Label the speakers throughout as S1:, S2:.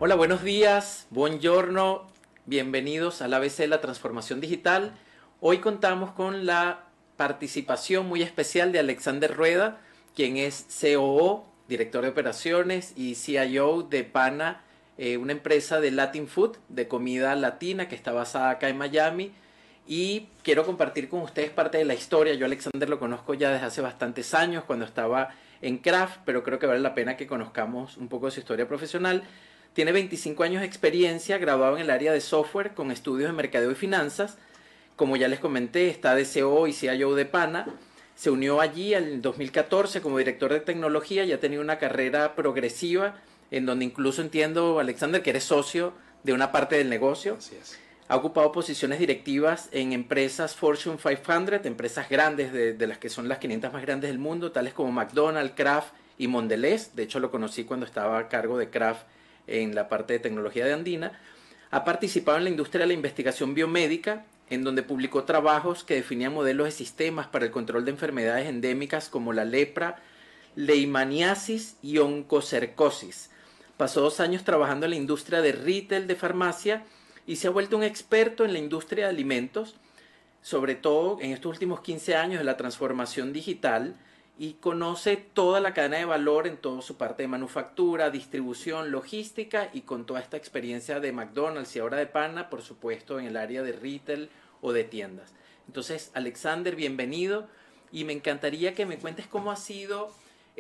S1: Hola, buenos días, buongiorno, bienvenidos al ABC de la Transformación Digital. Hoy contamos con la participación muy especial de Alexander Rueda, quien es COO, director de operaciones y CIO de Pana, una empresa de Latin Food, de comida latina que está basada acá en Miami. Y quiero compartir con ustedes parte de la historia. Yo a Alexander lo conozco ya desde hace bastantes años, cuando estaba en Kraft, pero creo que vale la pena que conozcamos un poco de su historia profesional. Tiene 25 años de experiencia, graduado en el área de software con estudios de mercadeo y finanzas. Como ya les comenté, está de CEO y CIO de Pana. Se unió allí en 2014 como director de tecnología y ha tenido una carrera progresiva en donde incluso entiendo, Alexander, que eres socio de una parte del negocio.
S2: Así es.
S1: Ha ocupado posiciones directivas en empresas Fortune 500, empresas grandes de las que son las 500 más grandes del mundo, tales como McDonald's, Kraft y Mondelez. De hecho, lo conocí cuando estaba a cargo de Kraft en la parte de tecnología de Andina. Ha participado en la industria de la investigación biomédica, en donde publicó trabajos que definían modelos de sistemas para el control de enfermedades endémicas como la lepra, leishmaniasis y oncocercosis. Pasó 2 años trabajando en la industria de retail de farmacia y se ha vuelto un experto en la industria de alimentos, sobre todo en estos últimos 15 años de la transformación digital, y conoce toda la cadena de valor en toda su parte de manufactura, distribución, logística, y con toda esta experiencia de McDonald's y ahora de Pana, por supuesto, en el área de retail o de tiendas. Entonces, Alexander, bienvenido, y me encantaría que me cuentes cómo ha sido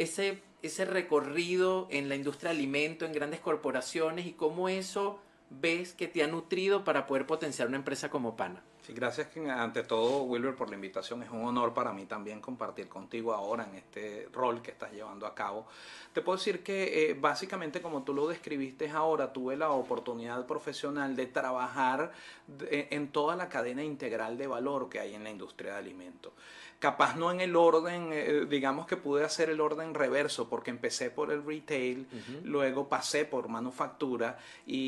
S1: ese recorrido en la industria de alimento, en grandes corporaciones, y cómo eso ves que te ha nutrido para poder potenciar una empresa como Pana.
S2: Sí, gracias ante todo, Wilber, por la invitación. Es un honor para mí también compartir contigo ahora en este rol que estás llevando a cabo. Te puedo decir que básicamente, como tú lo describiste ahora, tuve la oportunidad profesional de trabajar en toda la cadena integral de valor que hay en la industria de alimentos. Capaz no en el orden, digamos que pude hacer el orden reverso, porque empecé por el retail, luego pasé por manufactura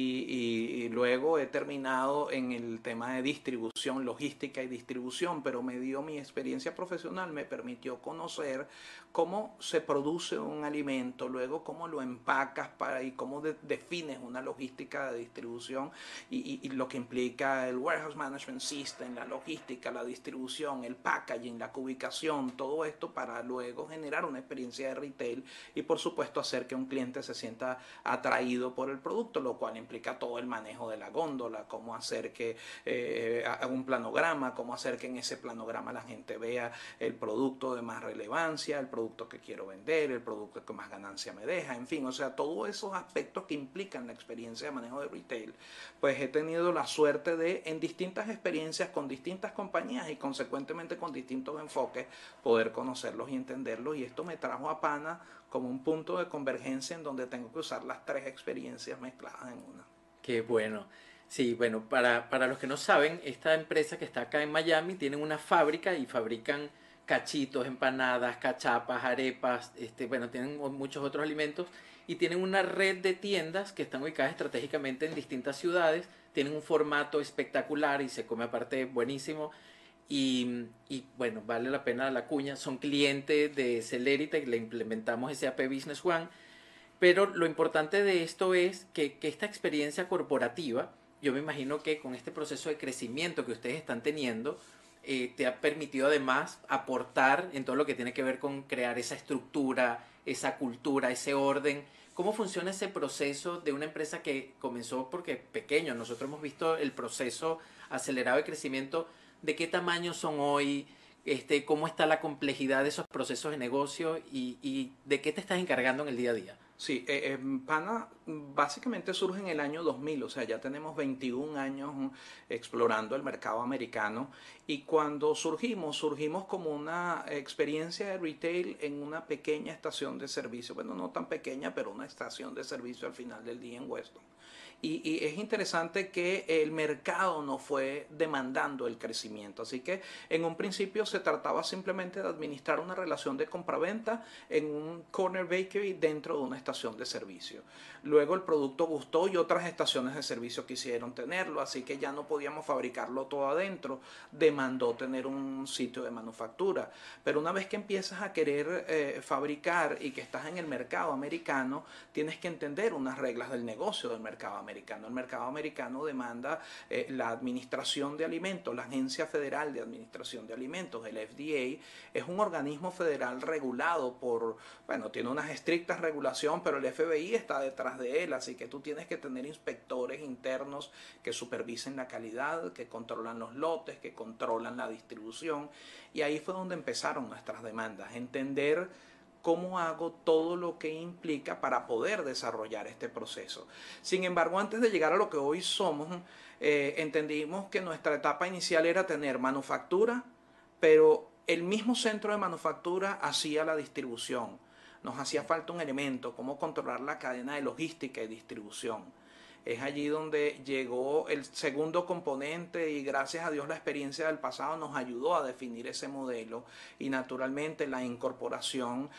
S2: y luego he terminado en el tema de distribución, logística y distribución, pero mi experiencia profesional me permitió conocer cómo se produce un alimento, luego cómo lo empacas y cómo defines una logística de distribución y lo que implica el warehouse management system, la logística, la distribución, el packaging, la ubicación, todo esto para luego generar una experiencia de retail y por supuesto hacer que un cliente se sienta atraído por el producto, lo cual implica todo el manejo de la góndola, cómo hacer que haga un planograma, cómo hacer que en ese planograma la gente vea el producto de más relevancia, el producto que quiero vender, el producto que más ganancia me deja, en fin, o sea, todos esos aspectos que implican la experiencia de manejo de retail, pues he tenido la suerte de, en distintas experiencias con distintas compañías y consecuentemente con distintos enfoques, poder conocerlos y entenderlos, y esto me trajo a Pana como un punto de convergencia en donde tengo que usar las 3 experiencias mezcladas en una.
S1: Qué bueno. Sí, bueno, para los que no saben, esta empresa que está acá en Miami tiene una fábrica y fabrican cachitos, empanadas, cachapas, arepas, bueno, tienen muchos otros alimentos y tienen una red de tiendas que están ubicadas estratégicamente en distintas ciudades, tienen un formato espectacular y se come aparte buenísimo. Y bueno, vale la pena la cuña, son clientes de Celerity, le implementamos SAP Business One, pero lo importante de esto es que esta experiencia corporativa, yo me imagino que con este proceso de crecimiento que ustedes están teniendo, te ha permitido además aportar en todo lo que tiene que ver con crear esa estructura, esa cultura, ese orden. ¿Cómo funciona ese proceso de una empresa que comenzó porque pequeño? Nosotros hemos visto el proceso acelerado de crecimiento. ¿De qué tamaño son hoy? ¿Cómo está la complejidad de esos procesos de negocio y de qué te estás encargando en el día a día?
S2: Sí, Pana básicamente surge en el año 2000, o sea, ya tenemos 21 años explorando el mercado americano y cuando surgimos como una experiencia de retail en una pequeña estación de servicio, bueno, no tan pequeña, pero una estación de servicio al final del día en Weston. Y es interesante que el mercado no fue demandando el crecimiento. Así que en un principio se trataba simplemente de administrar una relación de compraventa en un corner bakery dentro de una estación estación de servicio. Luego el producto gustó y otras estaciones de servicio quisieron tenerlo, así que ya no podíamos fabricarlo todo adentro, demandó tener un sitio de manufactura. Pero una vez que empiezas a querer fabricar y que estás en el mercado americano, tienes que entender unas reglas del negocio del mercado americano. El mercado americano demanda la Administración de Alimentos, la Agencia Federal de Administración de Alimentos, el FDA, es un organismo federal regulado por, bueno, tiene unas estrictas regulaciones, pero el FBI está detrás de él, así que tú tienes que tener inspectores internos que supervisen la calidad, que controlan los lotes, que controlan la distribución, y ahí fue donde empezaron nuestras demandas, entender cómo hago todo lo que implica para poder desarrollar este proceso. Sin embargo, antes de llegar a lo que hoy somos, entendimos que nuestra etapa inicial era tener manufactura, pero el mismo centro de manufactura hacía la distribución. Nos hacía falta un elemento, cómo controlar la cadena de logística y distribución. Es allí donde llegó el segundo componente y gracias a Dios la experiencia del pasado nos ayudó a definir ese modelo y naturalmente la incorporación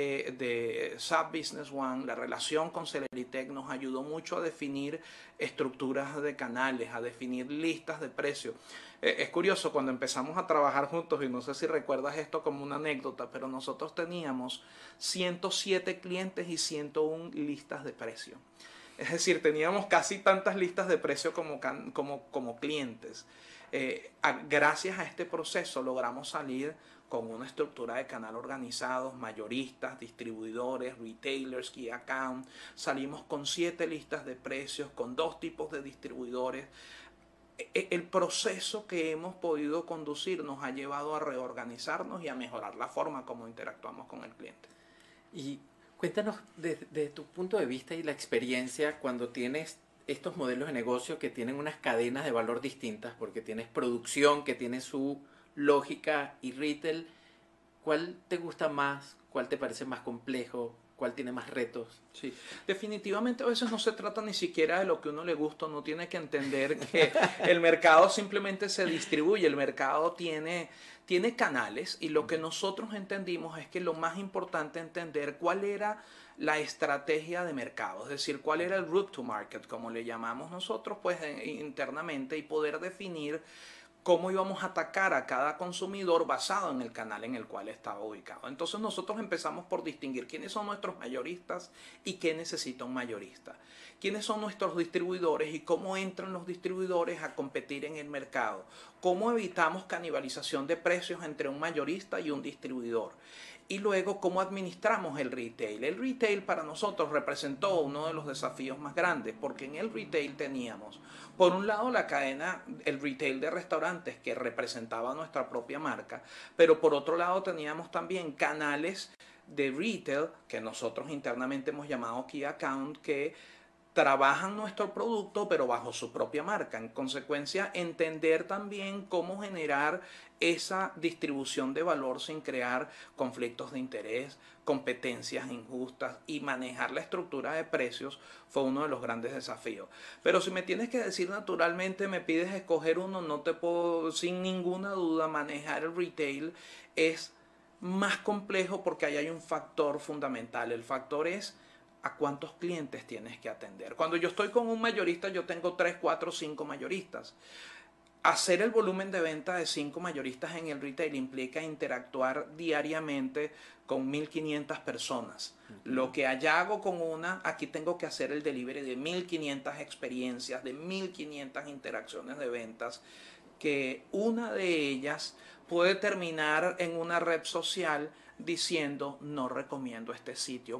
S2: de SAP Business One, la relación con Celeritech nos ayudó mucho a definir estructuras de canales, a definir listas de precios. Es curioso, cuando empezamos a trabajar juntos, y no sé si recuerdas esto como una anécdota, pero nosotros teníamos 107 clientes y 101 listas de precio. Es decir, teníamos casi tantas listas de precio como clientes. Gracias a este proceso logramos salir con una estructura de canal organizados, mayoristas, distribuidores, retailers, key account. Salimos con 7 listas de precios, con 2 tipos de distribuidores. El proceso que hemos podido conducir nos ha llevado a reorganizarnos y a mejorar la forma como interactuamos con el cliente.
S1: Y cuéntanos desde tu punto de vista y la experiencia cuando tienes estos modelos de negocio que tienen unas cadenas de valor distintas, porque tienes producción que tiene su lógica y retail, ¿cuál te gusta más? ¿Cuál te parece más complejo? ¿Cuál tiene más retos?
S2: Sí, definitivamente a veces no se trata ni siquiera de lo que a uno le gusta, uno tiene que entender que el mercado simplemente se distribuye, el mercado tiene canales y lo que nosotros entendimos es que lo más importante es entender cuál era la estrategia de mercado, es decir, cuál era el route to market, como le llamamos nosotros pues internamente, y poder definir cómo íbamos a atacar a cada consumidor basado en el canal en el cual estaba ubicado. Entonces nosotros empezamos por distinguir quiénes son nuestros mayoristas y qué necesita un mayorista. Quiénes son nuestros distribuidores y cómo entran los distribuidores a competir en el mercado. Cómo evitamos canibalización de precios entre un mayorista y un distribuidor. Y luego, cómo administramos el retail. El retail para nosotros representó uno de los desafíos más grandes, porque en el retail teníamos, por un lado, la cadena, el retail de restaurantes que representaba nuestra propia marca, pero por otro lado teníamos también canales de retail, que nosotros internamente hemos llamado Key Account, que trabajan nuestro producto pero bajo su propia marca. En consecuencia, entender también cómo generar esa distribución de valor sin crear conflictos de interés, competencias injustas y manejar la estructura de precios fue uno de los grandes desafíos. Pero si me tienes que decir naturalmente, me pides escoger uno, no te puedo, sin ninguna duda, manejar el retail es más complejo porque ahí hay un factor fundamental. El factor es a cuántos clientes tienes que atender. Cuando yo estoy con un mayorista, yo tengo 3, 4, 5 mayoristas. Hacer el volumen de venta de 5 mayoristas en el retail implica interactuar diariamente con 1.500 personas. Lo que allá hago con una, aquí tengo que hacer el delivery de 1.500 experiencias, de 1.500 interacciones de ventas, que una de ellas puede terminar en una red social diciendo no recomiendo este sitio.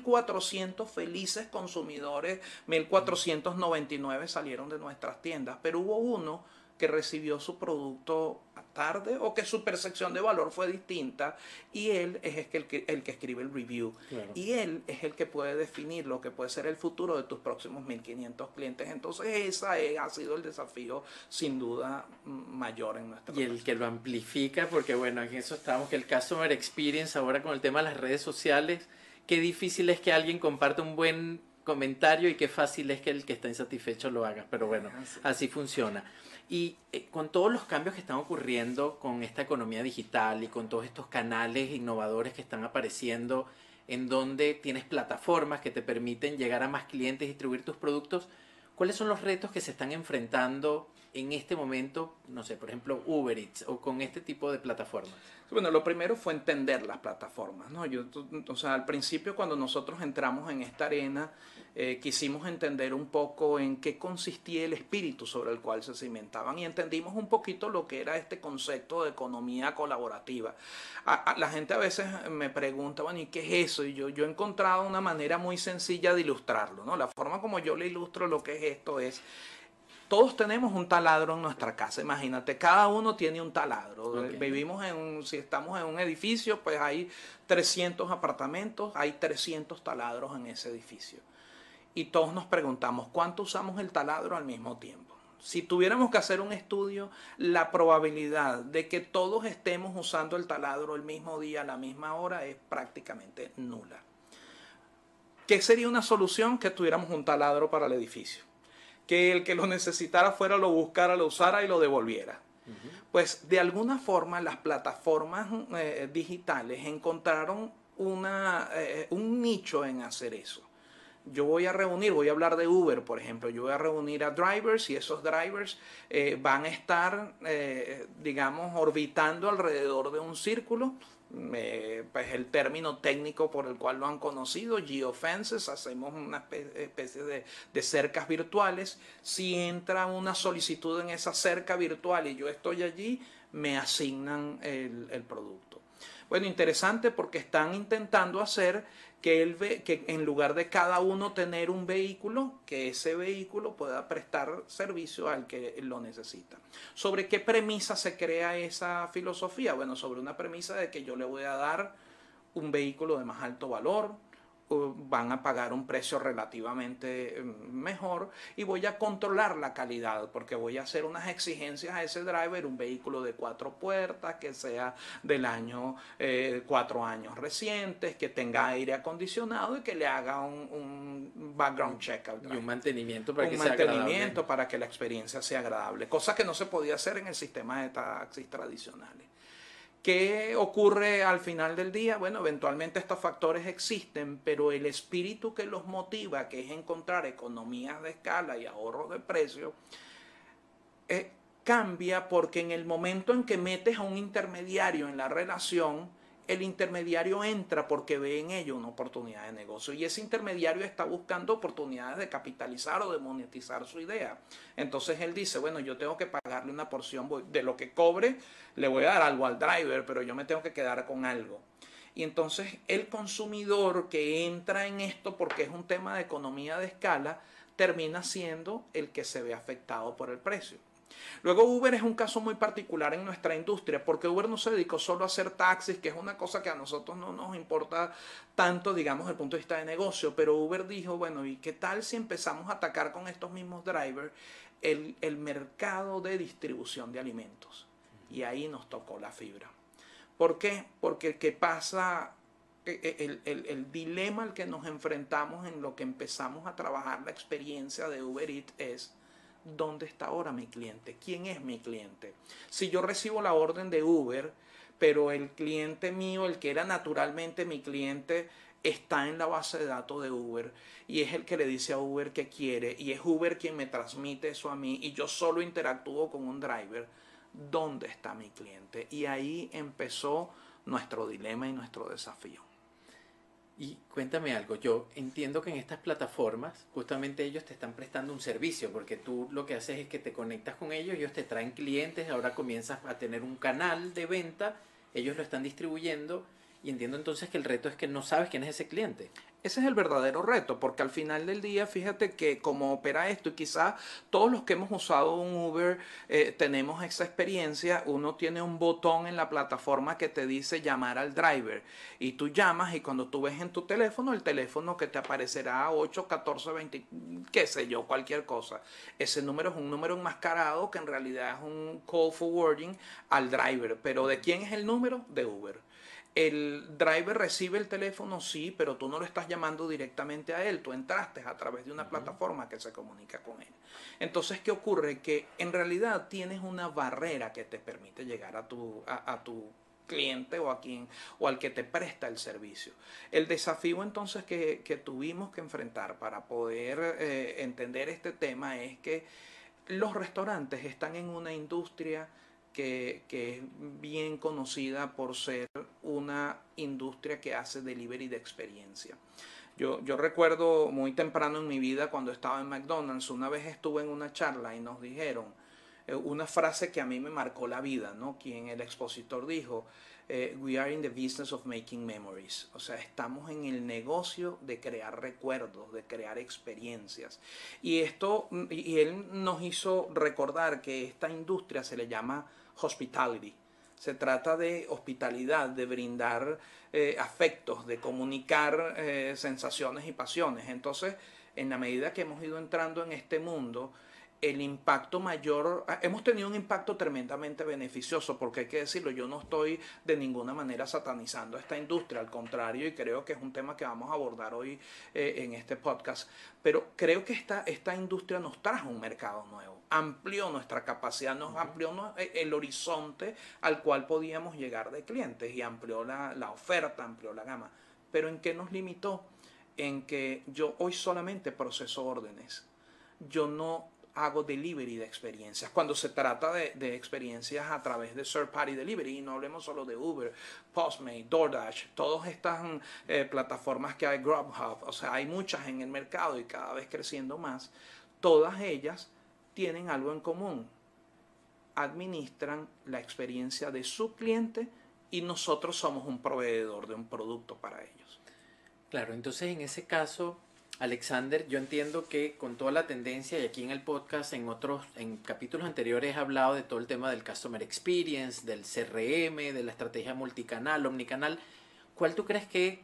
S2: 1.400 felices consumidores, 1.499 salieron de nuestras tiendas, pero hubo uno que recibió su producto tarde o que su percepción de valor fue distinta y él es el que escribe el review. Claro. Y él es el que puede definir lo que puede ser el futuro de tus próximos 1.500 clientes. Entonces ese ha sido el desafío sin duda mayor en nuestra relación.
S1: Y el que lo amplifica, porque bueno, en eso estamos, que el Customer Experience ahora con el tema de las redes sociales, qué difícil es que alguien comparte un buen comentario y qué fácil es que el que está insatisfecho lo haga, pero bueno, así funciona. Y con todos los cambios que están ocurriendo con esta economía digital y con todos estos canales innovadores que están apareciendo, en donde tienes plataformas que te permiten llegar a más clientes, distribuir tus productos. ¿Cuáles son los retos que se están enfrentando en este momento, no sé, por ejemplo, Uber Eats o con este tipo de plataformas?
S2: Bueno, lo primero fue entender las plataformas, ¿no? O sea, al principio cuando nosotros entramos en esta arena, quisimos entender un poco en qué consistía el espíritu sobre el cual se cimentaban y entendimos un poquito lo que era este concepto de economía colaborativa. La gente a veces me pregunta, bueno, ¿y qué es eso? Y yo he encontrado una manera muy sencilla de ilustrarlo, ¿no? La forma como yo le ilustro lo que es esto es: todos tenemos un taladro en nuestra casa, imagínate, cada uno tiene un taladro. Okay. Vivimos si estamos en un edificio, pues hay 300 apartamentos, hay 300 taladros en ese edificio. Y todos nos preguntamos, ¿cuánto usamos el taladro al mismo tiempo? Si tuviéramos que hacer un estudio, la probabilidad de que todos estemos usando el taladro el mismo día, a la misma hora, es prácticamente nula. ¿Qué sería una solución? Que tuviéramos un taladro para el edificio, que el que lo necesitara fuera, lo buscara, lo usara y lo devolviera. Pues de alguna forma las plataformas digitales encontraron un nicho en hacer eso. Yo voy a hablar de Uber, por ejemplo, yo voy a reunir a drivers y esos drivers van a estar, digamos, orbitando alrededor de un círculo. Pues el término técnico por el cual lo han conocido, geofences, hacemos una especie de cercas virtuales. Si entra una solicitud en esa cerca virtual y yo estoy allí, me asignan el producto. Bueno, interesante porque están intentando hacer que en lugar de cada uno tener un vehículo, que ese vehículo pueda prestar servicio al que lo necesita. ¿Sobre qué premisa se crea esa filosofía? Bueno, sobre una premisa de que yo le voy a dar un vehículo de más alto valor, van a pagar un precio relativamente mejor y voy a controlar la calidad porque voy a hacer unas exigencias a ese driver, un vehículo de 4 puertas, que sea del año 4 años recientes, que tenga aire acondicionado y que le haga un background check al driver.
S1: Y un mantenimiento para que sea agradable.
S2: Para que la experiencia sea agradable, cosa que no se podía hacer en el sistema de taxis tradicionales. ¿Qué ocurre al final del día? Bueno, eventualmente estos factores existen, pero el espíritu que los motiva, que es encontrar economías de escala y ahorro de precio, cambia porque en el momento en que metes a un intermediario en la relación, el intermediario entra porque ve en ello una oportunidad de negocio y ese intermediario está buscando oportunidades de capitalizar o de monetizar su idea. Entonces él dice, bueno, yo tengo que pagarle una porción de lo que cobre, le voy a dar algo al driver, pero yo me tengo que quedar con algo. Y entonces el consumidor que entra en esto porque es un tema de economía de escala, termina siendo el que se ve afectado por el precio. Luego Uber es un caso muy particular en nuestra industria porque Uber no se dedicó solo a hacer taxis, que es una cosa que a nosotros no nos importa tanto, digamos, desde el punto de vista de negocio, pero Uber dijo, bueno, ¿y qué tal si empezamos a atacar con estos mismos drivers el mercado de distribución de alimentos? Y ahí nos tocó la fibra. ¿Por qué? Porque ¿qué pasa? El dilema al que nos enfrentamos en lo que empezamos a trabajar la experiencia de Uber Eats es: ¿dónde está ahora mi cliente? ¿Quién es mi cliente? Si yo recibo la orden de Uber, pero el cliente mío, el que era naturalmente mi cliente, está en la base de datos de Uber y es el que le dice a Uber qué quiere y es Uber quien me transmite eso a mí y yo solo interactúo con un driver, ¿dónde está mi cliente? Y ahí empezó nuestro dilema y nuestro desafío.
S1: Y cuéntame algo, yo entiendo que en estas plataformas justamente ellos te están prestando un servicio porque tú lo que haces es que te conectas con ellos te traen clientes, ahora comienzas a tener un canal de venta, ellos lo están distribuyendo y entiendo entonces que el reto es que no sabes quién es ese cliente.
S2: Ese es el verdadero reto, porque al final del día, fíjate que como opera esto, y quizás todos los que hemos usado un Uber tenemos esa experiencia, uno tiene un botón en la plataforma que te dice llamar al driver, y tú llamas y cuando tú ves en tu teléfono, el teléfono que te aparecerá 8, 14, 20, qué sé yo, cualquier cosa. Ese número es un número enmascarado que en realidad es un call forwarding al driver, pero ¿de quién es el número? De Uber. El driver recibe el teléfono, sí, pero tú no lo estás llamando directamente a él, tú entraste a través de una plataforma que se comunica con él. Entonces, ¿qué ocurre? Que en realidad tienes una barrera que te permite llegar a tu cliente o al que te presta el servicio. El desafío entonces que tuvimos que enfrentar para poder entender este tema es que los restaurantes están en una industria que es bien conocida por ser una industria que hace delivery de experiencia. Yo recuerdo muy temprano en mi vida cuando estaba en McDonald's, una vez estuve en una charla y nos dijeron una frase que a mí me marcó la vida, ¿no? Quien el expositor dijo, we are in the business of making memories. O sea, estamos en el negocio de crear recuerdos, de crear experiencias. Y él nos hizo recordar que esta industria se le llama hospitality. Se trata de hospitalidad, de brindar afectos, de comunicar sensaciones y pasiones. Entonces, en la medida que hemos ido entrando en este mundo, el impacto mayor, hemos tenido un impacto tremendamente beneficioso, porque hay que decirlo, yo no estoy de ninguna manera satanizando esta industria, al contrario, y creo que es un tema que vamos a abordar hoy en este podcast, pero creo que esta industria nos trajo un mercado nuevo, amplió nuestra capacidad, nos amplió el horizonte al cual podíamos llegar de clientes y amplió la oferta, amplió la gama. Pero ¿en qué nos limitó? En que yo hoy solamente proceso órdenes, yo no hago delivery de experiencias. Cuando se trata de experiencias a través de third party delivery, y no hablemos solo de Uber, Postmate, DoorDash, todas estas plataformas que hay, Grubhub, o sea, hay muchas en el mercado y cada vez creciendo más, todas ellas tienen algo en común. Administran la experiencia de su cliente y nosotros somos un proveedor de un producto para ellos.
S1: Claro, entonces en ese caso, Alexander, yo entiendo que con toda la tendencia, y aquí en el podcast, en capítulos anteriores he hablado de todo el tema del Customer Experience, del CRM, de la estrategia multicanal, omnicanal. ¿Cuál tú crees que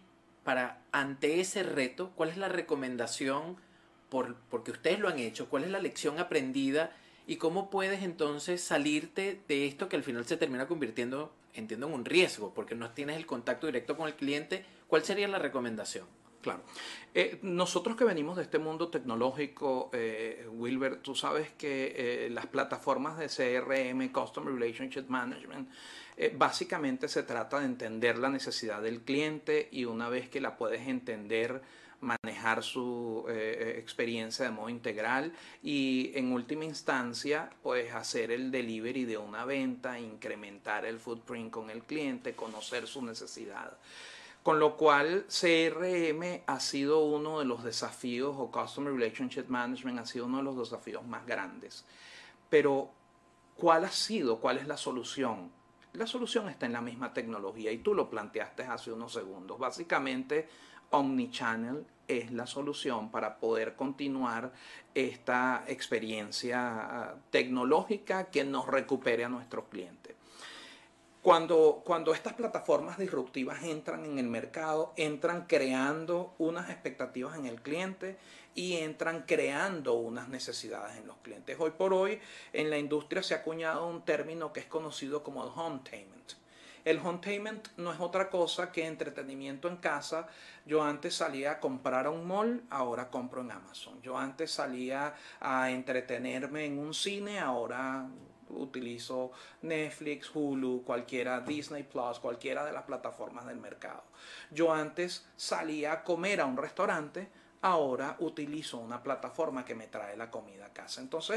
S1: ante ese reto, cuál es la recomendación, porque ustedes lo han hecho, cuál es la lección aprendida y cómo puedes entonces salirte de esto que al final se termina convirtiendo, entiendo, en un riesgo, porque no tienes el contacto directo con el cliente? ¿Cuál sería la recomendación?
S2: Claro. Nosotros que venimos de este mundo tecnológico, Wilber, tú sabes que las plataformas de CRM, Customer Relationship Management, básicamente se trata de entender la necesidad del cliente y una vez que la puedes entender, manejar su experiencia de modo integral y en última instancia, pues hacer el delivery de una venta, incrementar el footprint con el cliente, conocer su necesidad. Con lo cual, CRM ha sido uno de los desafíos, o Customer Relationship Management ha sido uno de los desafíos más grandes. Pero, ¿cuál ha sido? ¿Cuál es la solución? La solución está en la misma tecnología y tú lo planteaste hace unos segundos. Básicamente, Omnichannel es la solución para poder continuar esta experiencia tecnológica que nos recupere a nuestros clientes. Cuando estas plataformas disruptivas entran en el mercado, entran creando unas expectativas en el cliente y entran creando unas necesidades en los clientes. Hoy por hoy en la industria se ha acuñado un término que es conocido como el hometainment. El hometainment no es otra cosa que entretenimiento en casa. Yo antes salía a comprar a un mall, ahora compro en Amazon. Yo antes salía a entretenerme en un cine, ahora utilizo Netflix, Hulu, cualquiera, Disney Plus, cualquiera de las plataformas del mercado. Yo antes salía a comer a un restaurante, ahora utilizo una plataforma que me trae la comida a casa. Entonces,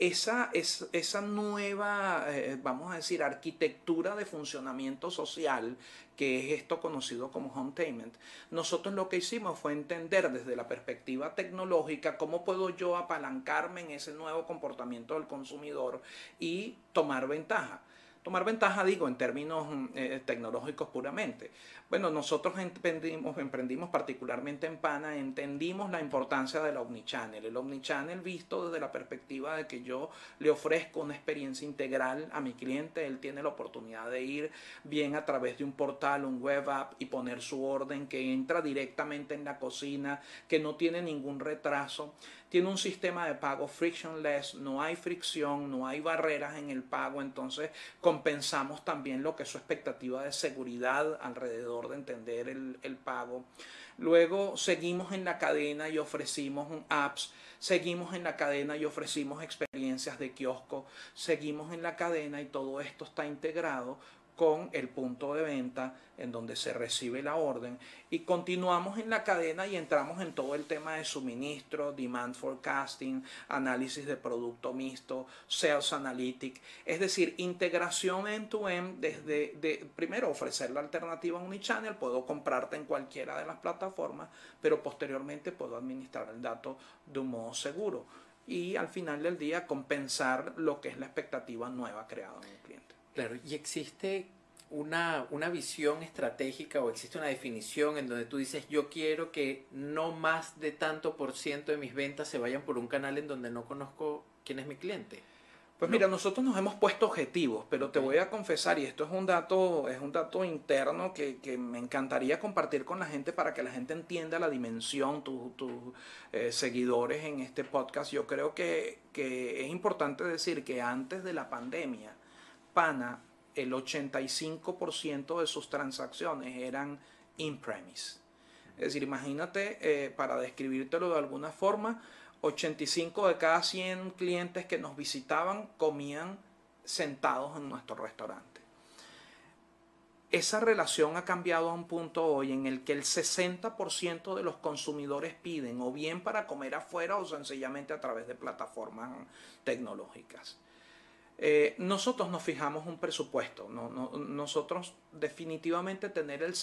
S2: esa nueva, vamos a decir, arquitectura de funcionamiento social, que es esto conocido como hometainment, nosotros lo que hicimos fue entender desde la perspectiva tecnológica cómo puedo yo apalancarme en ese nuevo comportamiento del consumidor y tomar ventaja. Tomar ventaja, digo, en términos tecnológicos puramente. Bueno, nosotros emprendimos particularmente en PANA, entendimos la importancia del Omnichannel. El Omnichannel visto desde la perspectiva de que yo le ofrezco una experiencia integral a mi cliente. Él tiene la oportunidad de ir bien a través de un portal, un web app y poner su orden, que entra directamente en la cocina, que no tiene ningún retraso. Tiene un sistema de pago frictionless, no hay fricción, no hay barreras en el pago, entonces compensamos también lo que es su expectativa de seguridad alrededor de entender el pago. Luego seguimos en la cadena y ofrecimos apps, seguimos en la cadena y ofrecimos experiencias de kiosco, seguimos en la cadena y todo esto está integrado con el punto de venta en donde se recibe la orden, y continuamos en la cadena y entramos en todo el tema de suministro, demand forecasting, análisis de producto mixto, sales analytics, es decir, integración end-to-end desde primero ofrecer la alternativa omnichannel, puedo comprarte en cualquiera de las plataformas, pero posteriormente puedo administrar el dato de un modo seguro y al final del día compensar lo que es la expectativa nueva creada en el cliente.
S1: Claro, y existe una visión estratégica o existe una definición en donde tú dices, yo quiero que no más de tanto por ciento de mis ventas se vayan por un canal en donde no conozco quién es mi cliente.
S2: Pues mira, nosotros nos hemos puesto objetivos, pero te voy a confesar, y esto es un dato interno que me encantaría compartir con la gente para que la gente entienda la dimensión, tus seguidores en este podcast. Yo creo que es importante decir que antes de la pandemia, Pana, el 85% de sus transacciones eran in-premise. Es decir, imagínate, para describírtelo de alguna forma, 85 de cada 100 clientes que nos visitaban comían sentados en nuestro restaurante. Esa relación ha cambiado a un punto hoy en el que el 60% de los consumidores piden o bien para comer afuera o sencillamente a través de plataformas tecnológicas. Nosotros nos fijamos un presupuesto. Nosotros definitivamente tener el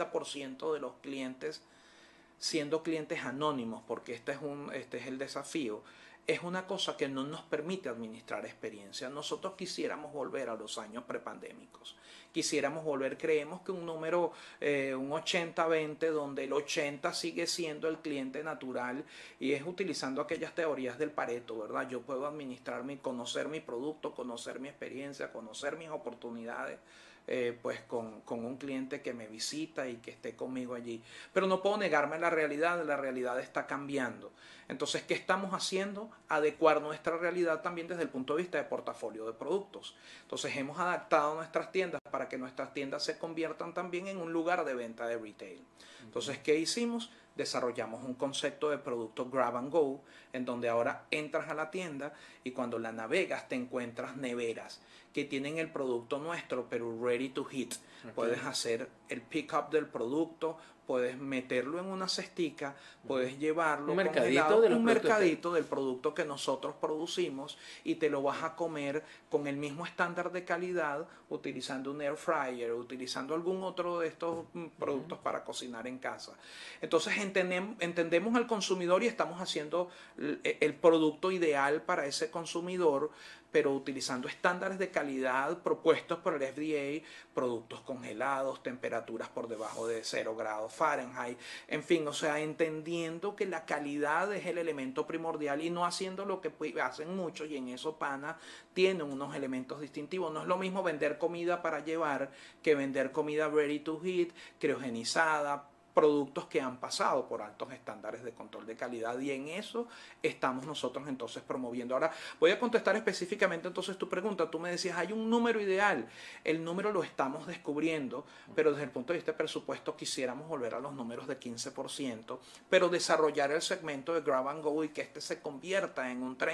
S2: 60% de los clientes siendo clientes anónimos, porque este es el desafío, es una cosa que no nos permite administrar experiencia. Nosotros quisiéramos volver a los años prepandémicos. Quisiéramos volver, creemos que un número, un 80-20, donde el 80 sigue siendo el cliente natural y es utilizando aquellas teorías del Pareto, ¿verdad? Yo puedo administrarme, conocer mi producto, conocer mi experiencia, conocer mis oportunidades, pues con un cliente que me visita y que esté conmigo allí. Pero no puedo negarme la realidad está cambiando. Entonces, ¿qué estamos haciendo? Adecuar nuestra realidad también desde el punto de vista de portafolio de productos. Entonces, hemos adaptado nuestras tiendas para que nuestras tiendas se conviertan también en un lugar de venta de retail. Entonces, ¿qué hicimos? Desarrollamos un concepto de producto grab and go, en donde ahora entras a la tienda y cuando la navegas te encuentras neveras que tienen el producto nuestro, pero ready to hit. Okay. Puedes hacer el pick-up del producto, puedes meterlo en una cestica, puedes llevarlo
S1: un
S2: mercadito del producto que nosotros producimos y te lo vas a comer con el mismo estándar de calidad utilizando un air fryer, utilizando algún otro de estos productos para cocinar en casa. Entonces entendemos al consumidor y estamos haciendo el producto ideal para ese consumidor, pero utilizando estándares de calidad propuestos por el FDA, productos congelados, temperaturas por debajo de 0 grados Fahrenheit, en fin, o sea, entendiendo que la calidad es el elemento primordial y no haciendo lo que hacen muchos, y en eso Pana tiene unos elementos distintivos. No es lo mismo vender comida para llevar que vender comida ready to eat, criogenizada, productos que han pasado por altos estándares de control de calidad, y en eso estamos nosotros entonces promoviendo. Ahora voy a contestar específicamente entonces tu pregunta. Tú me decías, hay un número ideal. El número lo estamos descubriendo, pero desde el punto de vista de presupuesto quisiéramos volver a los números de 15%, pero desarrollar el segmento de grab and go y que este se convierta en un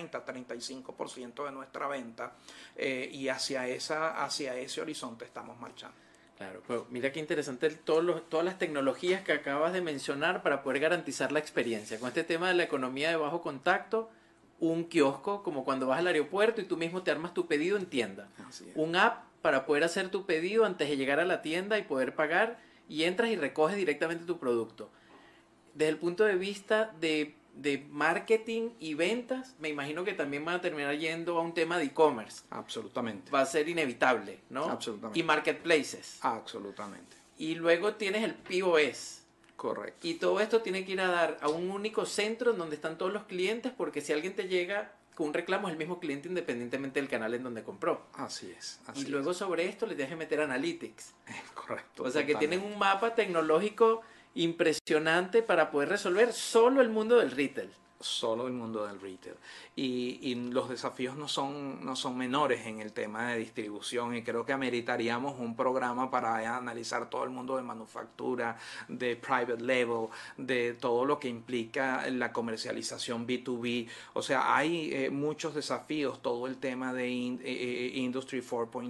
S2: 30-35% de nuestra venta, y hacia ese horizonte estamos marchando.
S1: Claro, pero mira qué interesante todas las tecnologías que acabas de mencionar para poder garantizar la experiencia. Con este tema de la economía de bajo contacto, un kiosco como cuando vas al aeropuerto y tú mismo te armas tu pedido en tienda. Un app para poder hacer tu pedido antes de llegar a la tienda y poder pagar, y entras y recoges directamente tu producto. Desde el punto de vista de marketing y ventas, me imagino que también van a terminar yendo a un tema de e-commerce.
S2: Absolutamente.
S1: Va a ser inevitable, ¿no?
S2: Absolutamente.
S1: Y marketplaces.
S2: Absolutamente.
S1: Y luego tienes el POS.
S2: Correcto.
S1: Y todo esto tiene que ir a dar a un único centro en donde están todos los clientes, porque si alguien te llega con un reclamo es el mismo cliente independientemente del canal en donde compró.
S2: Así es.
S1: Y luego sobre esto le tienes que meter analytics.
S2: Correcto.
S1: O sea que tienen un mapa tecnológico impresionante para poder resolver solo el mundo del retail.
S2: solo el mundo del retail. Y los desafíos no son menores en el tema de distribución, y creo que ameritaríamos un programa para analizar todo el mundo de manufactura, de private label, de todo lo que implica la comercialización B2B. O sea, hay muchos desafíos, todo el tema de Industry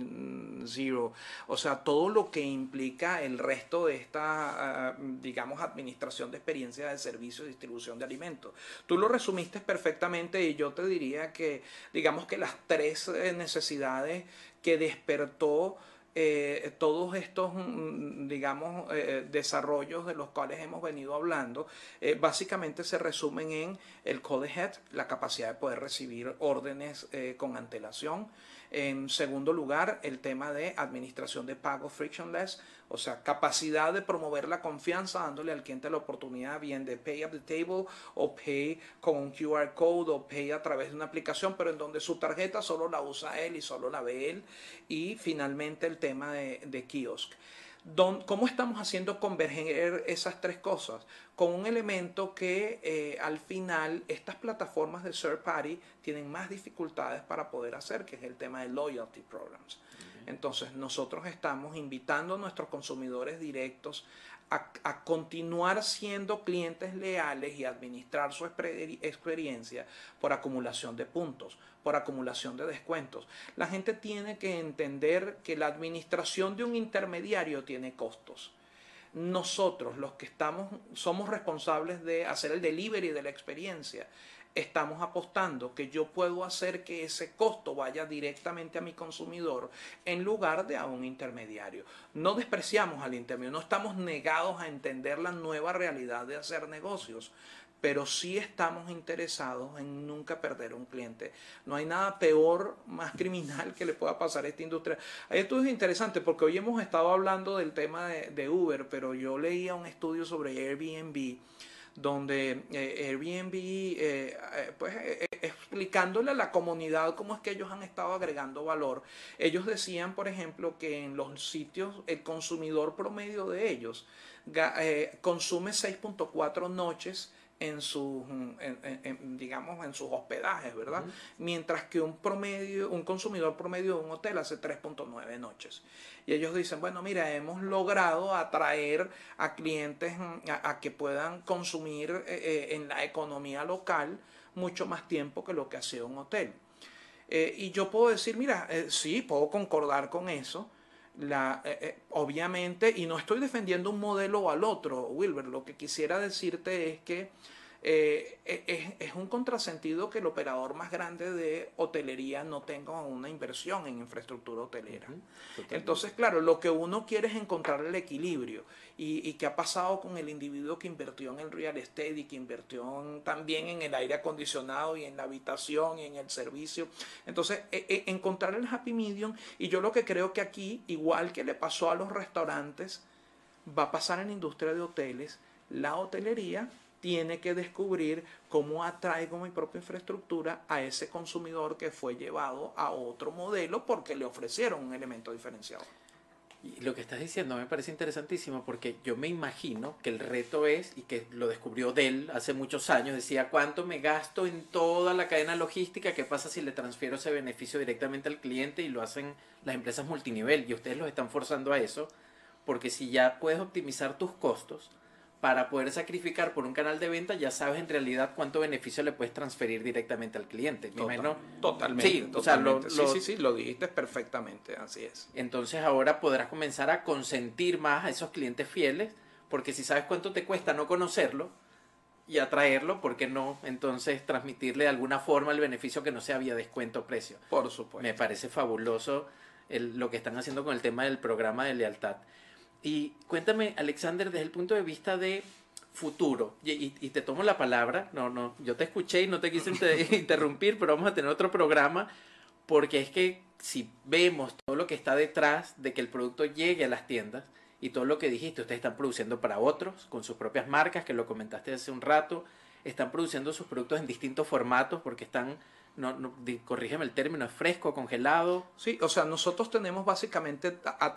S2: 4.0, o sea, todo lo que implica el resto de esta, digamos, administración de experiencia de servicio y distribución de alimentos. Tú lo resumiste perfectamente, y yo te diría que, digamos, que las tres necesidades que despertó todos estos, digamos, desarrollos de los cuales hemos venido hablando, básicamente se resumen en el call ahead, la capacidad de poder recibir órdenes con antelación. En segundo lugar, el tema de administración de pago frictionless, o sea, capacidad de promover la confianza, dándole al cliente la oportunidad bien de pay at the table, o pay con un QR code, o pay a través de una aplicación, pero en donde su tarjeta solo la usa él y solo la ve él. Y finalmente el tema de kiosk. ¿Cómo estamos haciendo converger esas tres cosas? Con un elemento que al final estas plataformas de third party tienen más dificultades para poder hacer, que es el tema de loyalty programs. Entonces nosotros estamos invitando a nuestros consumidores directos a continuar siendo clientes leales y administrar su experiencia por acumulación de puntos, por acumulación de descuentos. La gente tiene que entender que la administración de un intermediario tiene costos. Nosotros, los que somos responsables de hacer el delivery de la experiencia, estamos apostando que yo puedo hacer que ese costo vaya directamente a mi consumidor en lugar de a un intermediario. No despreciamos al intermediario, no estamos negados a entender la nueva realidad de hacer negocios, pero sí estamos interesados en nunca perder un cliente. No hay nada peor, más criminal que le pueda pasar a esta industria. Esto es interesante porque hoy hemos estado hablando del tema de Uber, pero yo leía un estudio sobre Airbnb, donde Airbnb, explicándole a la comunidad cómo es que ellos han estado agregando valor. Ellos decían, por ejemplo, que en los sitios el consumidor promedio de ellos consume 6.4 noches en sus, digamos, en sus hospedajes, ¿verdad? Mientras que un consumidor promedio de un hotel hace 3.9 noches. Y ellos dicen, bueno, mira, hemos logrado atraer a clientes a que puedan consumir en la economía local mucho más tiempo que lo que hacía un hotel. Y yo puedo decir, mira, sí, puedo concordar con eso. Obviamente, y no estoy defendiendo un modelo o al otro, Wilber, lo que quisiera decirte es que es un contrasentido que el operador más grande de hotelería no tenga una inversión en infraestructura hotelera. Entonces, claro, lo que uno quiere es encontrar el equilibrio. Y qué ha pasado con el individuo que invirtió en el real estate y que invirtió también en el aire acondicionado y en la habitación y en el servicio. Entonces, encontrar el happy medium. Y yo lo que creo que aquí, igual que le pasó a los restaurantes, va a pasar en la industria de hoteles. La hotelería tiene que descubrir cómo atraigo mi propia infraestructura a ese consumidor que fue llevado a otro modelo porque le ofrecieron un elemento diferenciador.
S1: Y lo que estás diciendo me parece interesantísimo, porque yo me imagino que el reto es, y que lo descubrió Dell hace muchos años, decía, ¿cuánto me gasto en toda la cadena logística? ¿Qué pasa si le transfiero ese beneficio directamente al cliente? Y lo hacen las empresas multinivel, y ustedes los están forzando a eso, porque si ya puedes optimizar tus costos para poder sacrificar por un canal de venta, ya sabes en realidad cuánto beneficio le puedes transferir directamente al cliente.
S2: Totalmente. Sí,
S1: totalmente.
S2: O sea, sí, lo dijiste perfectamente, así es.
S1: Entonces ahora podrás comenzar a consentir más a esos clientes fieles, porque si sabes cuánto te cuesta no conocerlo y atraerlo, ¿por qué no entonces transmitirle de alguna forma el beneficio que no sea vía descuento o precio?
S2: Por supuesto.
S1: Me parece fabuloso lo que están haciendo con el tema del programa de lealtad. Y cuéntame, Alexander, desde el punto de vista de futuro, y te tomo la palabra, yo te escuché y no te quise interrumpir, pero vamos a tener otro programa, porque es que si vemos todo lo que está detrás de que el producto llegue a las tiendas, y todo lo que dijiste, ustedes están produciendo para otros, con sus propias marcas, que lo comentaste hace un rato, están produciendo sus productos en distintos formatos, porque están Corrígeme el término, ¿es fresco, congelado?
S2: Sí, o sea, nosotros tenemos básicamente,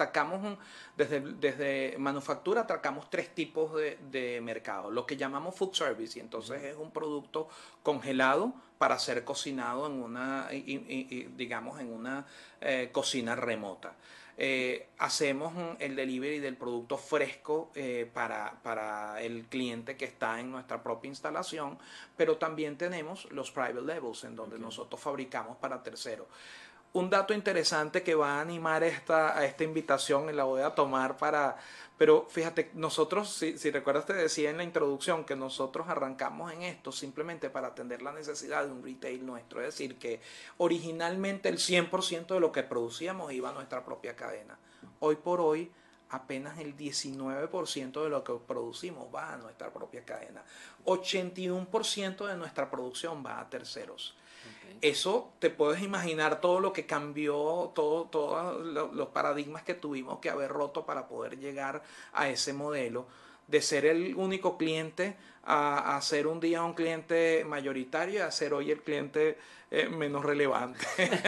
S2: desde manufactura atacamos tres tipos de mercado. Lo que llamamos food service, y entonces es un producto congelado para ser cocinado en una, digamos, en una cocina remota. Hacemos el delivery del producto fresco para el cliente que está en nuestra propia instalación, pero también tenemos los private labels en donde nosotros fabricamos para terceros. Un dato interesante que va a animar a esta invitación, y la voy a tomar pero fíjate, nosotros, si recuerdas, te decía en la introducción que nosotros arrancamos en esto simplemente para atender la necesidad de un retail nuestro. Es decir, que originalmente el 100% de lo que producíamos iba a nuestra propia cadena. Hoy por hoy, apenas el 19% de lo que producimos va a nuestra propia cadena. 81% de nuestra producción va a terceros. Eso te puedes imaginar todo lo que cambió, todos los paradigmas que tuvimos que haber roto para poder llegar a ese modelo de ser el único cliente a ser un día un cliente mayoritario y a ser hoy el cliente menos relevante.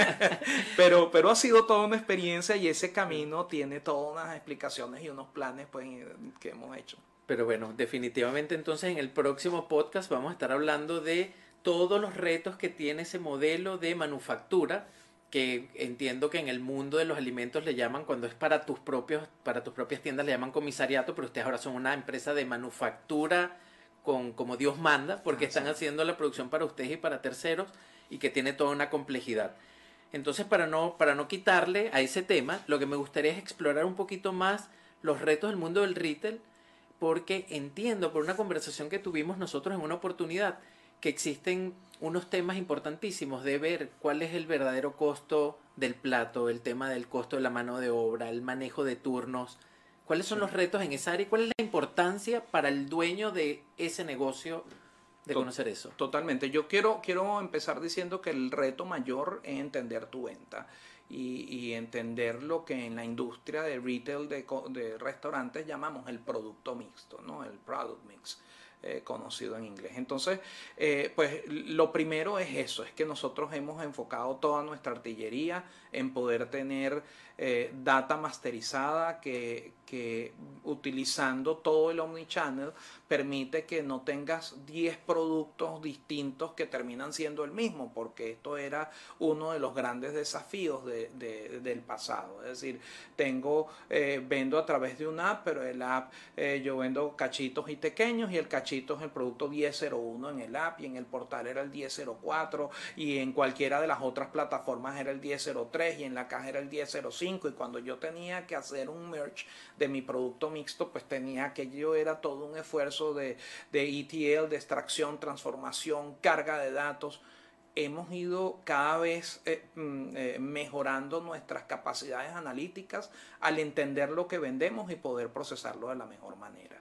S2: pero ha sido toda una experiencia y ese camino tiene todas unas explicaciones y unos planes pues, que hemos hecho.
S1: Pero bueno, definitivamente entonces en el próximo podcast vamos a estar hablando de todos los retos que tiene ese modelo de manufactura, que entiendo que en el mundo de los alimentos le llaman, cuando es para tus propias tiendas, le llaman comisariato, pero ustedes ahora son una empresa de manufactura como Dios manda, porque están haciendo la producción para ustedes y para terceros, y que tiene toda una complejidad. Entonces, para no quitarle a ese tema, lo que me gustaría es explorar un poquito más los retos del mundo del retail, porque entiendo por una conversación que tuvimos nosotros en una oportunidad que existen unos temas importantísimos de ver cuál es el verdadero costo del plato, el tema del costo de la mano de obra, el manejo de turnos, cuáles son los retos en esa área y cuál es la importancia para el dueño de ese negocio de conocer eso.
S2: Totalmente. Yo quiero empezar diciendo que el reto mayor es entender tu venta y entender lo que en la industria de retail de restaurantes llamamos el producto mixto, ¿no? El product mix. Conocido en inglés. Entonces, pues lo primero es eso, es que nosotros hemos enfocado toda nuestra artillería en poder tener data masterizada que utilizando todo el omnichannel permite que no tengas 10 productos distintos que terminan siendo el mismo, porque esto era uno de los grandes desafíos del pasado. Es decir, vendo a través de una app, pero el app yo vendo cachitos y pequeños y el cachito es el producto 1001 en el app y en el portal era el 1004 y en cualquiera de las otras plataformas era el 1003 y en la caja era el 1005 y cuando yo tenía que hacer un merge de mi producto mixto, pues era todo un esfuerzo de ETL, de extracción, transformación, carga de datos. Hemos ido cada vez mejorando nuestras capacidades analíticas al entender lo que vendemos y poder procesarlo de la mejor manera.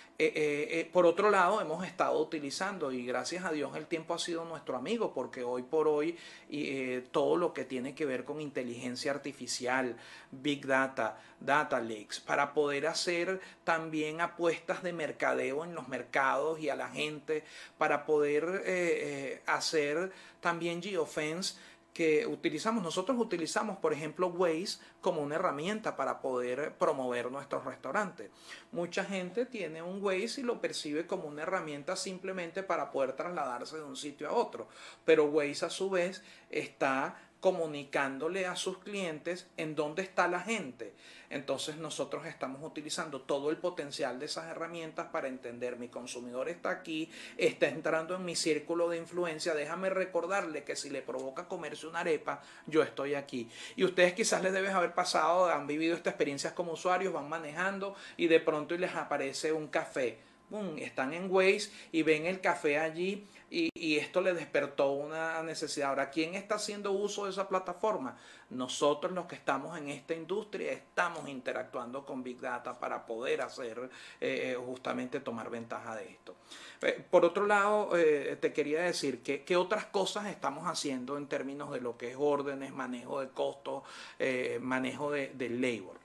S2: Por otro lado, hemos estado utilizando, y gracias a Dios el tiempo ha sido nuestro amigo, porque hoy por hoy todo lo que tiene que ver con inteligencia artificial, big data, data lakes, para poder hacer también apuestas de mercadeo en los mercados y a la gente, para poder hacer también geofence, que nosotros utilizamos, por ejemplo, Waze como una herramienta para poder promover nuestros restaurantes. Mucha gente tiene un Waze y lo percibe como una herramienta simplemente para poder trasladarse de un sitio a otro, pero Waze a su vez está comunicándole a sus clientes en dónde está la gente. Entonces nosotros estamos utilizando todo el potencial de esas herramientas para entender mi consumidor está aquí, está entrando en mi círculo de influencia, déjame recordarle que si le provoca comerse una arepa, yo estoy aquí. Y ustedes quizás les deben haber pasado, han vivido estas experiencias como usuarios, van manejando y de pronto les aparece un café. Están en Waze y ven el café allí y esto le despertó una necesidad. Ahora, ¿quién está haciendo uso de esa plataforma? Nosotros los que estamos en esta industria estamos interactuando con Big Data para poder hacer justamente tomar ventaja de esto. Por otro lado, te quería decir que otras cosas estamos haciendo en términos de lo que es órdenes, manejo de costos, manejo de labor.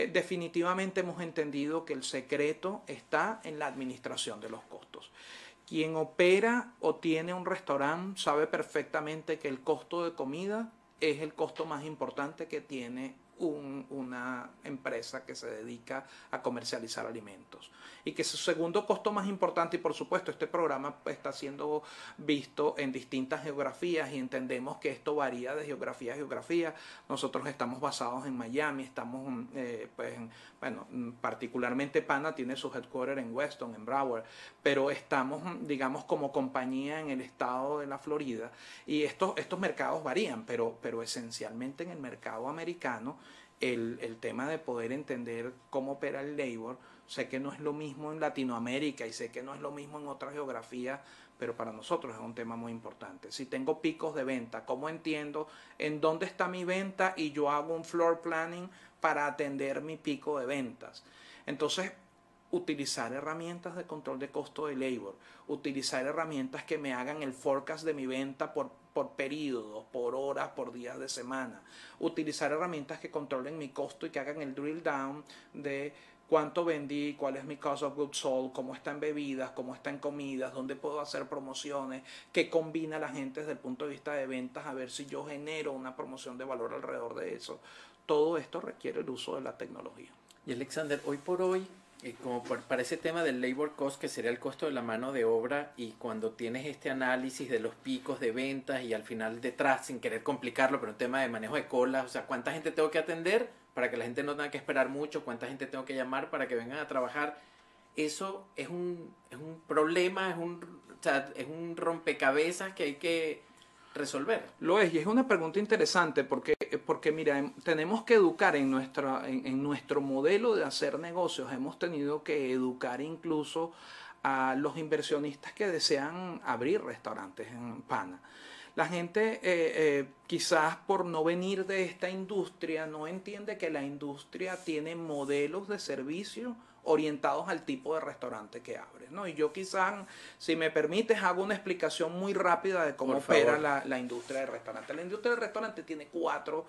S2: Definitivamente hemos entendido que el secreto está en la administración de los costos. quien opera o tiene un restaurante sabe perfectamente que el costo de comida es el costo más importante que tiene una empresa que se dedica a comercializar alimentos. Y que su segundo costo más importante, y por supuesto este programa está siendo visto en distintas geografías y entendemos que esto varía de geografía a geografía. Nosotros estamos basados en Miami, estamos bueno, particularmente Pana tiene su headquarter en Weston, en Broward, pero estamos, digamos, como compañía en el estado de la Florida, y estos mercados varían, pero esencialmente en el mercado americano el tema de poder entender cómo opera el labor, sé que no es lo mismo en Latinoamérica y sé que no es lo mismo en otras geografías, pero para nosotros es un tema muy importante. Si tengo picos de venta, ¿cómo entiendo en dónde está mi venta y yo hago un floor planning para atender mi pico de ventas? Entonces, utilizar herramientas de control de costo de labor, utilizar herramientas que me hagan el forecast de mi venta por periodos, por horas, por días de semana, utilizar herramientas que controlen mi costo y que hagan el drill down de cuánto vendí, cuál es mi cost of goods sold, cómo está en bebidas, cómo está en comidas, dónde puedo hacer promociones, qué combina la gente desde el punto de vista de ventas, a ver si yo genero una promoción de valor alrededor de eso. Todo esto requiere el uso de la tecnología.
S1: Y Alexander, hoy por hoy, como para ese tema del labor cost, que sería el costo de la mano de obra, y cuando tienes este análisis de los picos de ventas y al final detrás, sin querer complicarlo, pero un tema de manejo de colas, o sea, ¿cuánta gente tengo que atender para que la gente no tenga que esperar mucho? ¿Cuánta gente tengo que llamar para que vengan a trabajar? Eso es un problema, o sea, es un rompecabezas que hay que resolver.
S2: Lo es, y es una pregunta interesante porque mira, tenemos que educar en nuestro modelo de hacer negocios. Hemos tenido que educar incluso a los inversionistas que desean abrir restaurantes en Pana. La gente quizás por no venir de esta industria no entiende que la industria tiene modelos de servicio orientados al tipo de restaurante que abres, ¿no? Y yo quizás, si me permites, hago una explicación muy rápida de cómo opera la industria del restaurante. La industria del restaurante tiene cuatro,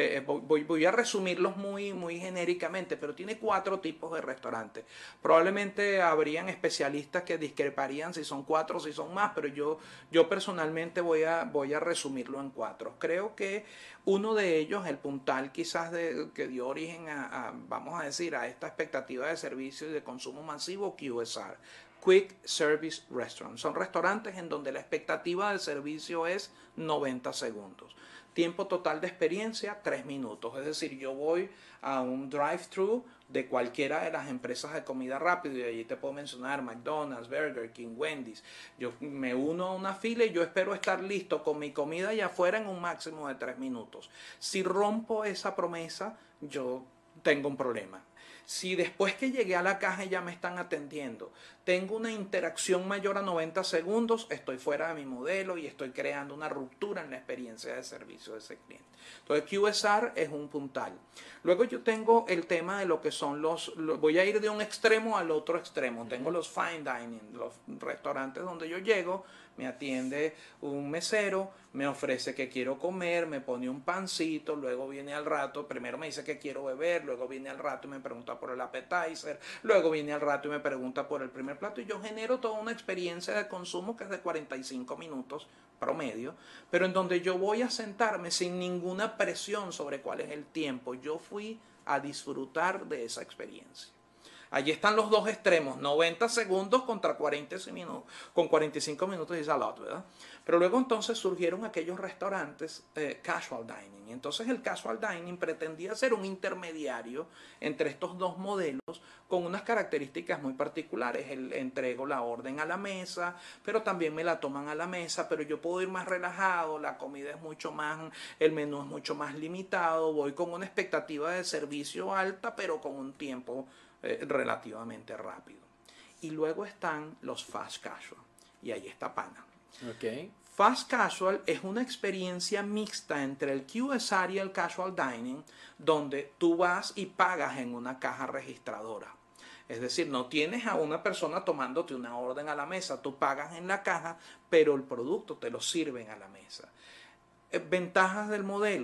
S2: voy a resumirlos muy genéricamente, pero tiene 4 tipos de restaurantes. Probablemente habrían especialistas que discreparían si son 4 o si son más, pero yo personalmente voy a resumirlo en 4. Creo que uno de ellos, el puntal quizás que dio origen vamos a decir, a esta expectativa de servicio y de consumo masivo, QSR, Quick Service Restaurant. Son restaurantes en donde la expectativa de servicio es 90 segundos. Tiempo total de experiencia, 3 minutos. Es decir, yo voy a un drive-thru de cualquiera de las empresas de comida rápida, y allí te puedo mencionar McDonald's, Burger King, Wendy's. Yo me uno a una fila y yo espero estar listo con mi comida allá afuera en un máximo de 3 minutos. Si rompo esa promesa, yo tengo un problema. Si después que llegué a la caja ya me están atendiendo, tengo una interacción mayor a 90 segundos, estoy fuera de mi modelo y estoy creando una ruptura en la experiencia de servicio de ese cliente. Entonces QSR es un puntal. Luego yo tengo el tema de lo que son voy a ir de un extremo al otro extremo. Tengo los fine dining, los restaurantes donde yo llego, me atiende un mesero, me ofrece que quiero comer, me pone un pancito, luego viene al rato, primero me dice que quiero beber, luego viene al rato y me pregunta por el appetizer, luego viene al rato y me pregunta por el primer plato, y yo genero toda una experiencia de consumo que es de 45 minutos promedio, pero en donde yo voy a sentarme sin ninguna presión sobre cuál es el tiempo. Yo fui a disfrutar de esa experiencia. Allí están los dos extremos, 90 segundos contra 45 minutos, con 45 minutos y salad, ¿verdad? Pero luego entonces surgieron aquellos restaurantes casual dining. Y entonces el casual dining pretendía ser un intermediario entre estos dos modelos con unas características muy particulares. Entrego la orden a la mesa, pero también me la toman a la mesa, pero yo puedo ir más relajado, la comida es mucho más, el menú es mucho más limitado, voy con una expectativa de servicio alta, pero con un tiempo relativamente rápido. Y luego están los fast casual, y ahí está Pana.
S1: Okay.
S2: Fast casual es una experiencia mixta entre el QSR y el casual dining, donde tú vas y pagas en una caja registradora. Es decir, no tienes a una persona tomándote una orden a la mesa, tú pagas en la caja, pero el producto te lo sirven a la mesa. Ventajas del modelo: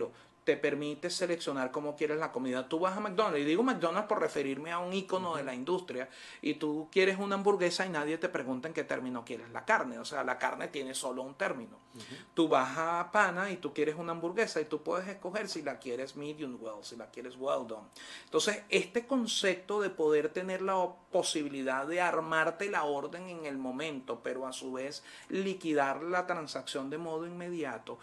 S2: te permite seleccionar cómo quieres la comida. Tú vas a McDonald's, y digo McDonald's por referirme a un ícono de la industria, y tú quieres una hamburguesa y nadie te pregunta en qué término quieres la carne. O sea, la carne tiene solo un término. Tú vas a Pana y tú quieres una hamburguesa y tú puedes escoger si la quieres medium well, si la quieres well done. Entonces, este concepto de poder tener la posibilidad de armarte la orden en el momento, pero a su vez liquidar la transacción de modo inmediato,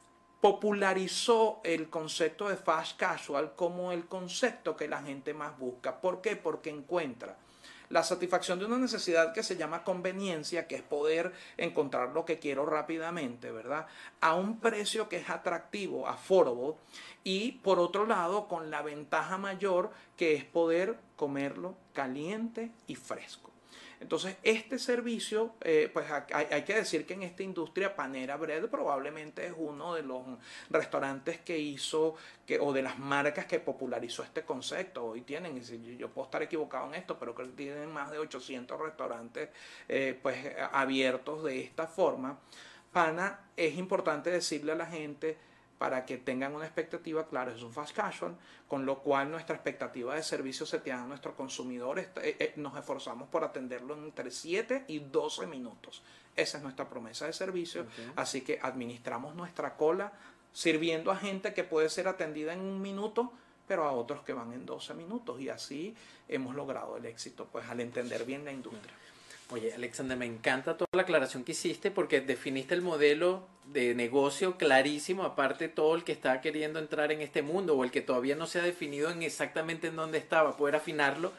S2: popularizó el concepto de fast casual como el concepto que la gente más busca. ¿Por qué? Porque encuentra la satisfacción de una necesidad que se llama conveniencia, que es poder encontrar lo que quiero rápidamente, ¿verdad? A un precio que es atractivo, affordable, y por otro lado con la ventaja mayor que es poder comerlo caliente y fresco. Entonces, este servicio, pues hay que decir que en esta industria Panera Bread probablemente es uno de los restaurantes que hizo, o de las marcas que popularizó este concepto. Hoy tienen, yo puedo estar equivocado en esto, pero creo que tienen más de 800 restaurantes pues abiertos de esta forma. Pana, es importante decirle a la gente, para que tengan una expectativa clara, es un fast casual, con lo cual nuestra expectativa de servicio se tiene a nuestros consumidores, nos esforzamos por atenderlo entre 7 y 12 minutos. Esa es nuestra promesa de servicio, así que administramos nuestra cola sirviendo a gente que puede ser atendida en 1 minuto, pero a otros que van en 12 minutos, y así hemos logrado el éxito, pues al entender bien la industria.
S1: Oye, Alexander, me encanta toda la aclaración que hiciste porque definiste el modelo de negocio clarísimo, aparte todo el que está queriendo entrar en este mundo o el que todavía no se ha definido en exactamente en dónde estaba, poder afinarlo.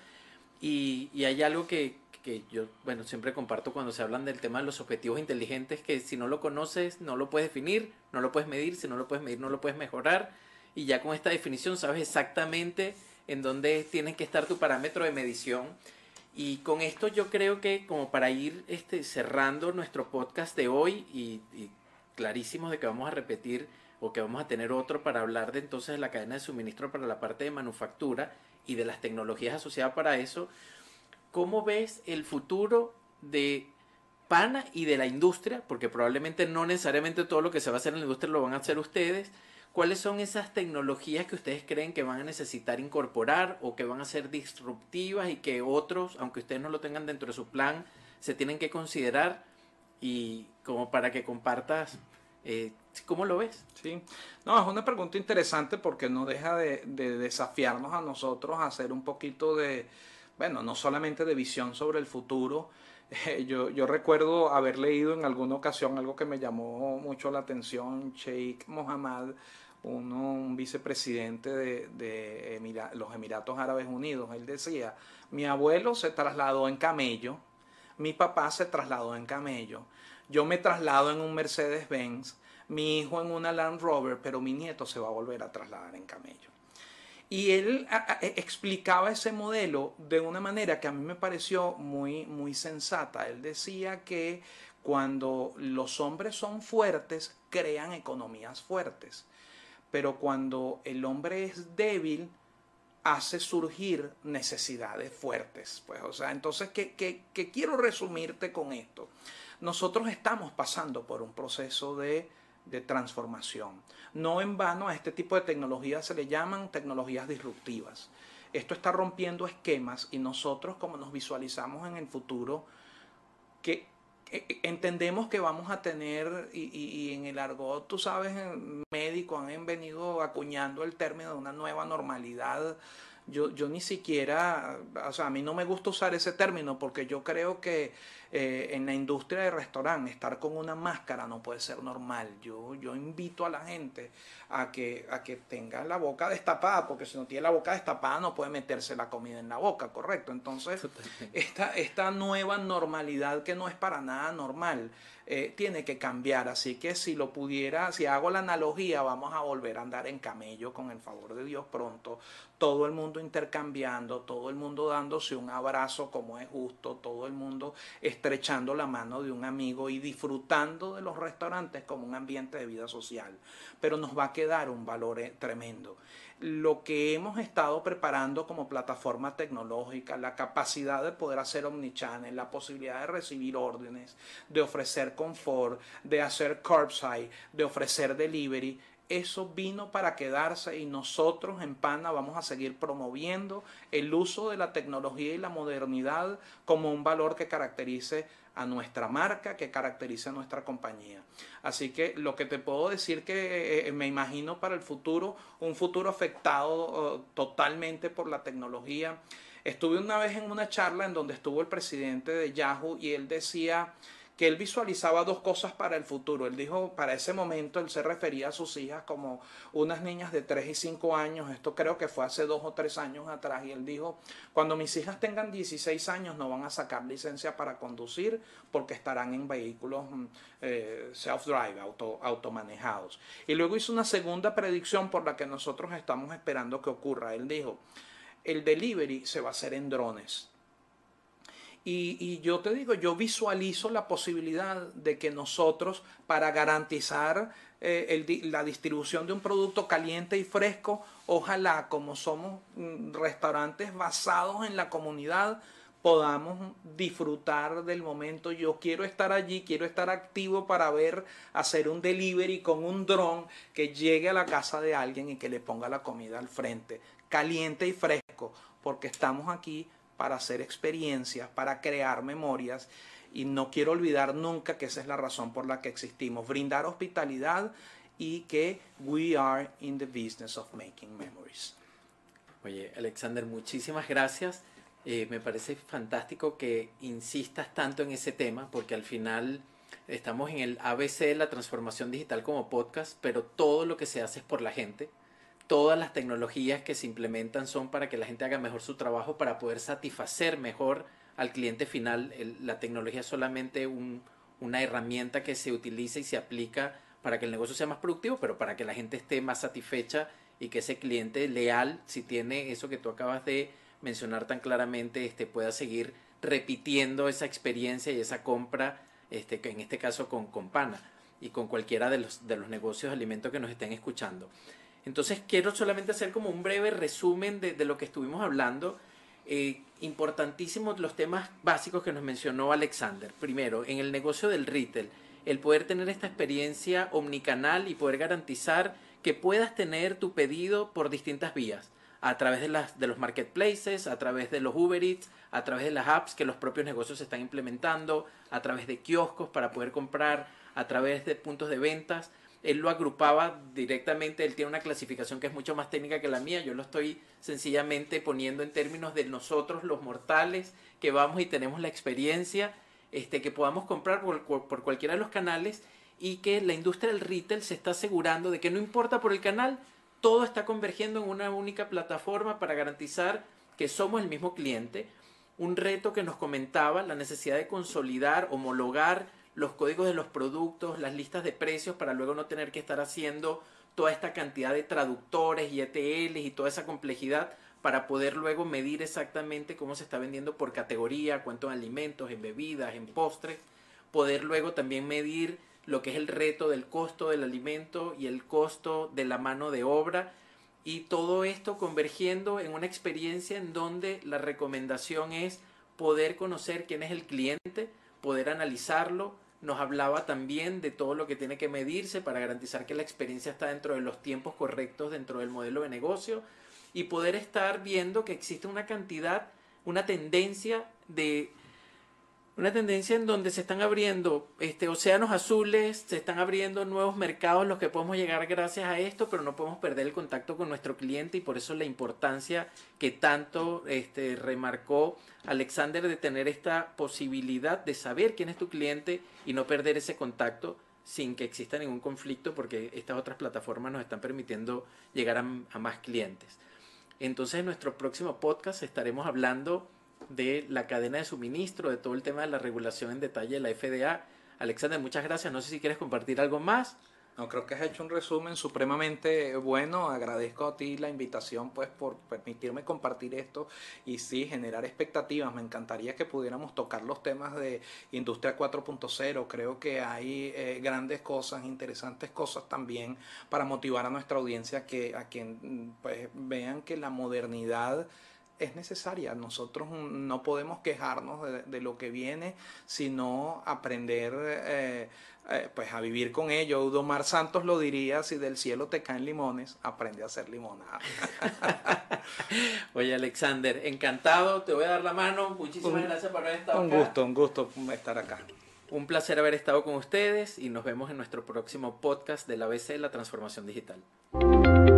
S1: Y hay algo que yo, bueno, siempre comparto cuando se hablan del tema de los objetivos inteligentes, que si no lo conoces, no lo puedes definir, no lo puedes medir, si no lo puedes medir, no lo puedes mejorar. Y ya con esta definición sabes exactamente en dónde tiene que estar tu parámetro de medición. Y con esto yo creo que como para ir cerrando nuestro podcast de hoy y clarísimos de que vamos a repetir o que vamos a tener otro para hablar de entonces la cadena de suministro para la parte de manufactura y de las tecnologías asociadas para eso, ¿cómo ves el futuro de Pana y de la industria? Porque probablemente no necesariamente todo lo que se va a hacer en la industria lo van a hacer ustedes. ¿Cuáles son esas tecnologías que ustedes creen que van a necesitar incorporar o que van a ser disruptivas y que otros, aunque ustedes no lo tengan dentro de su plan, se tienen que considerar? Y como para que compartas, ¿cómo lo ves?
S2: Sí, no, es una pregunta interesante porque no deja de desafiarnos a nosotros a hacer un poquito de, bueno, no solamente de visión sobre el futuro. Yo recuerdo haber leído en alguna ocasión algo que me llamó mucho la atención. Sheikh Mohammed, un vicepresidente de los Emiratos Árabes Unidos, él decía: mi abuelo se trasladó en camello, mi papá se trasladó en camello, yo me traslado en un Mercedes-Benz, mi hijo en una Land Rover, pero mi nieto se va a volver a trasladar en camello. Y él explicaba ese modelo de una manera que a mí me pareció muy, muy sensata. Él decía que cuando los hombres son fuertes, crean economías fuertes. Pero cuando el hombre es débil, hace surgir necesidades fuertes. Pues, o sea, entonces, ¿qué quiero resumirte con esto? Nosotros estamos pasando por un proceso de transformación. No en vano a este tipo de tecnologías se le llaman tecnologías disruptivas. Esto está rompiendo esquemas y nosotros, como nos visualizamos en el futuro, que entendemos que vamos a tener, y en el argot, tú sabes, médicos han venido acuñando el término de una nueva normalidad. Yo ni siquiera, o sea, a mí no me gusta usar ese término porque yo creo que en la industria de restaurante estar con una máscara no puede ser normal. Yo invito a la gente a que tenga la boca destapada, porque si no tiene la boca destapada no puede meterse la comida en la boca, ¿correcto? Entonces, esta nueva normalidad, que no es para nada normal, tiene que cambiar. Así que si hago la analogía, vamos a volver a andar en camello, con el favor de Dios, pronto. Todo el mundo intercambiando, todo el mundo dándose un abrazo como es justo, todo el mundo estrechando la mano de un amigo y disfrutando de los restaurantes como un ambiente de vida social. Pero nos va a quedar un valor tremendo. Lo que hemos estado preparando como plataforma tecnológica, la capacidad de poder hacer omnichannel, la posibilidad de recibir órdenes, de ofrecer confort, de hacer curbside, de ofrecer delivery, eso vino para quedarse y nosotros en PANA vamos a seguir promoviendo el uso de la tecnología y la modernidad como un valor que caracterice a nuestra marca, que caracterice a nuestra compañía. Así que lo que te puedo decir que me imagino para el futuro, un futuro afectado totalmente por la tecnología. Estuve una vez en una charla en donde estuvo el presidente de Yahoo y él decía que él visualizaba dos cosas para el futuro. Él dijo, para ese momento, él se refería a sus hijas como unas niñas de 3 y 5 años. Esto creo que fue hace 2 o 3 años atrás. Y él dijo, cuando mis hijas tengan 16 años no van a sacar licencia para conducir porque estarán en vehículos self-drive, automanejados. Y luego hizo una segunda predicción por la que nosotros estamos esperando que ocurra. Él dijo, el delivery se va a hacer en drones. Y yo te digo, yo visualizo la posibilidad de que nosotros, para garantizar la distribución de un producto caliente y fresco, ojalá, como somos restaurantes basados en la comunidad, podamos disfrutar del momento. Yo quiero estar allí, quiero estar activo para ver, hacer un delivery con un dron que llegue a la casa de alguien y que le ponga la comida al frente, caliente y fresco, porque estamos aquí para hacer experiencias, para crear memorias, y no quiero olvidar nunca que esa es la razón por la que existimos, brindar hospitalidad y que we are in the business of making memories.
S1: Oye, Alexander, muchísimas gracias. Me parece fantástico que insistas tanto en ese tema, porque al final estamos en el ABC de la transformación digital como podcast, pero todo lo que se hace es por la gente. Todas las tecnologías que se implementan son para que la gente haga mejor su trabajo, para poder satisfacer mejor al cliente final. La tecnología es solamente una herramienta que se utiliza y se aplica para que el negocio sea más productivo, pero para que la gente esté más satisfecha y que ese cliente leal, si tiene eso que tú acabas de mencionar tan claramente, pueda seguir repitiendo esa experiencia y esa compra, que en este caso con Pana y con cualquiera de los negocios de alimentos que nos estén escuchando. Entonces quiero solamente hacer como un breve resumen de lo que estuvimos hablando. Importantísimos los temas básicos que nos mencionó Alexander. Primero, en el negocio del retail, el poder tener esta experiencia omnicanal y poder garantizar que puedas tener tu pedido por distintas vías, a través de los marketplaces, a través de los Uber Eats, a través de las apps que los propios negocios están implementando, a través de kioscos para poder comprar, a través de puntos de ventas. Él lo agrupaba directamente, él tiene una clasificación que es mucho más técnica que la mía, yo lo estoy sencillamente poniendo en términos de nosotros los mortales que vamos y tenemos la experiencia, que podamos comprar por cualquiera de los canales, y que la industria del retail se está asegurando de que no importa por el canal, todo está convergiendo en una única plataforma para garantizar que somos el mismo cliente. Un reto que nos comentaba, la necesidad de consolidar, homologar los códigos de los productos, las listas de precios, para luego no tener que estar haciendo toda esta cantidad de traductores y ETLs y toda esa complejidad para poder luego medir exactamente cómo se está vendiendo por categoría, cuánto en alimentos, en bebidas, en postres, poder luego también medir lo que es el reto del costo del alimento y el costo de la mano de obra, y todo esto convergiendo en una experiencia en donde la recomendación es poder conocer quién es el cliente, poder analizarlo. Nos hablaba también de todo lo que tiene que medirse para garantizar que la experiencia está dentro de los tiempos correctos dentro del modelo de negocio, y poder estar viendo que existe una tendencia en donde se están abriendo océanos azules, se están abriendo nuevos mercados los que podemos llegar gracias a esto, pero no podemos perder el contacto con nuestro cliente, y por eso la importancia que tanto remarcó Alexander de tener esta posibilidad de saber quién es tu cliente y no perder ese contacto sin que exista ningún conflicto, porque estas otras plataformas nos están permitiendo llegar a más clientes. Entonces en nuestro próximo podcast estaremos hablando de la cadena de suministro, de todo el tema de la regulación en detalle de la FDA. Alexander, muchas gracias. No sé si quieres compartir algo más.
S2: No, creo que has hecho un resumen supremamente bueno. Agradezco a ti la invitación, pues, por permitirme compartir esto y sí, generar expectativas. Me encantaría que pudiéramos tocar los temas de Industria 4.0. Creo que hay grandes cosas, interesantes cosas también para motivar a nuestra audiencia a que pues, vean que la modernidad es necesaria. Nosotros no podemos quejarnos de lo que viene, sino aprender pues a vivir con ello. Udomar Santos lo diría: si del cielo te caen limones, aprende a hacer limonada.
S1: Oye, Alexander, encantado, te voy a dar la mano. Muchísimas gracias por haber estado acá.
S2: Un gusto estar acá.
S1: Un placer haber estado con ustedes y nos vemos en nuestro próximo podcast del ABC, la transformación digital.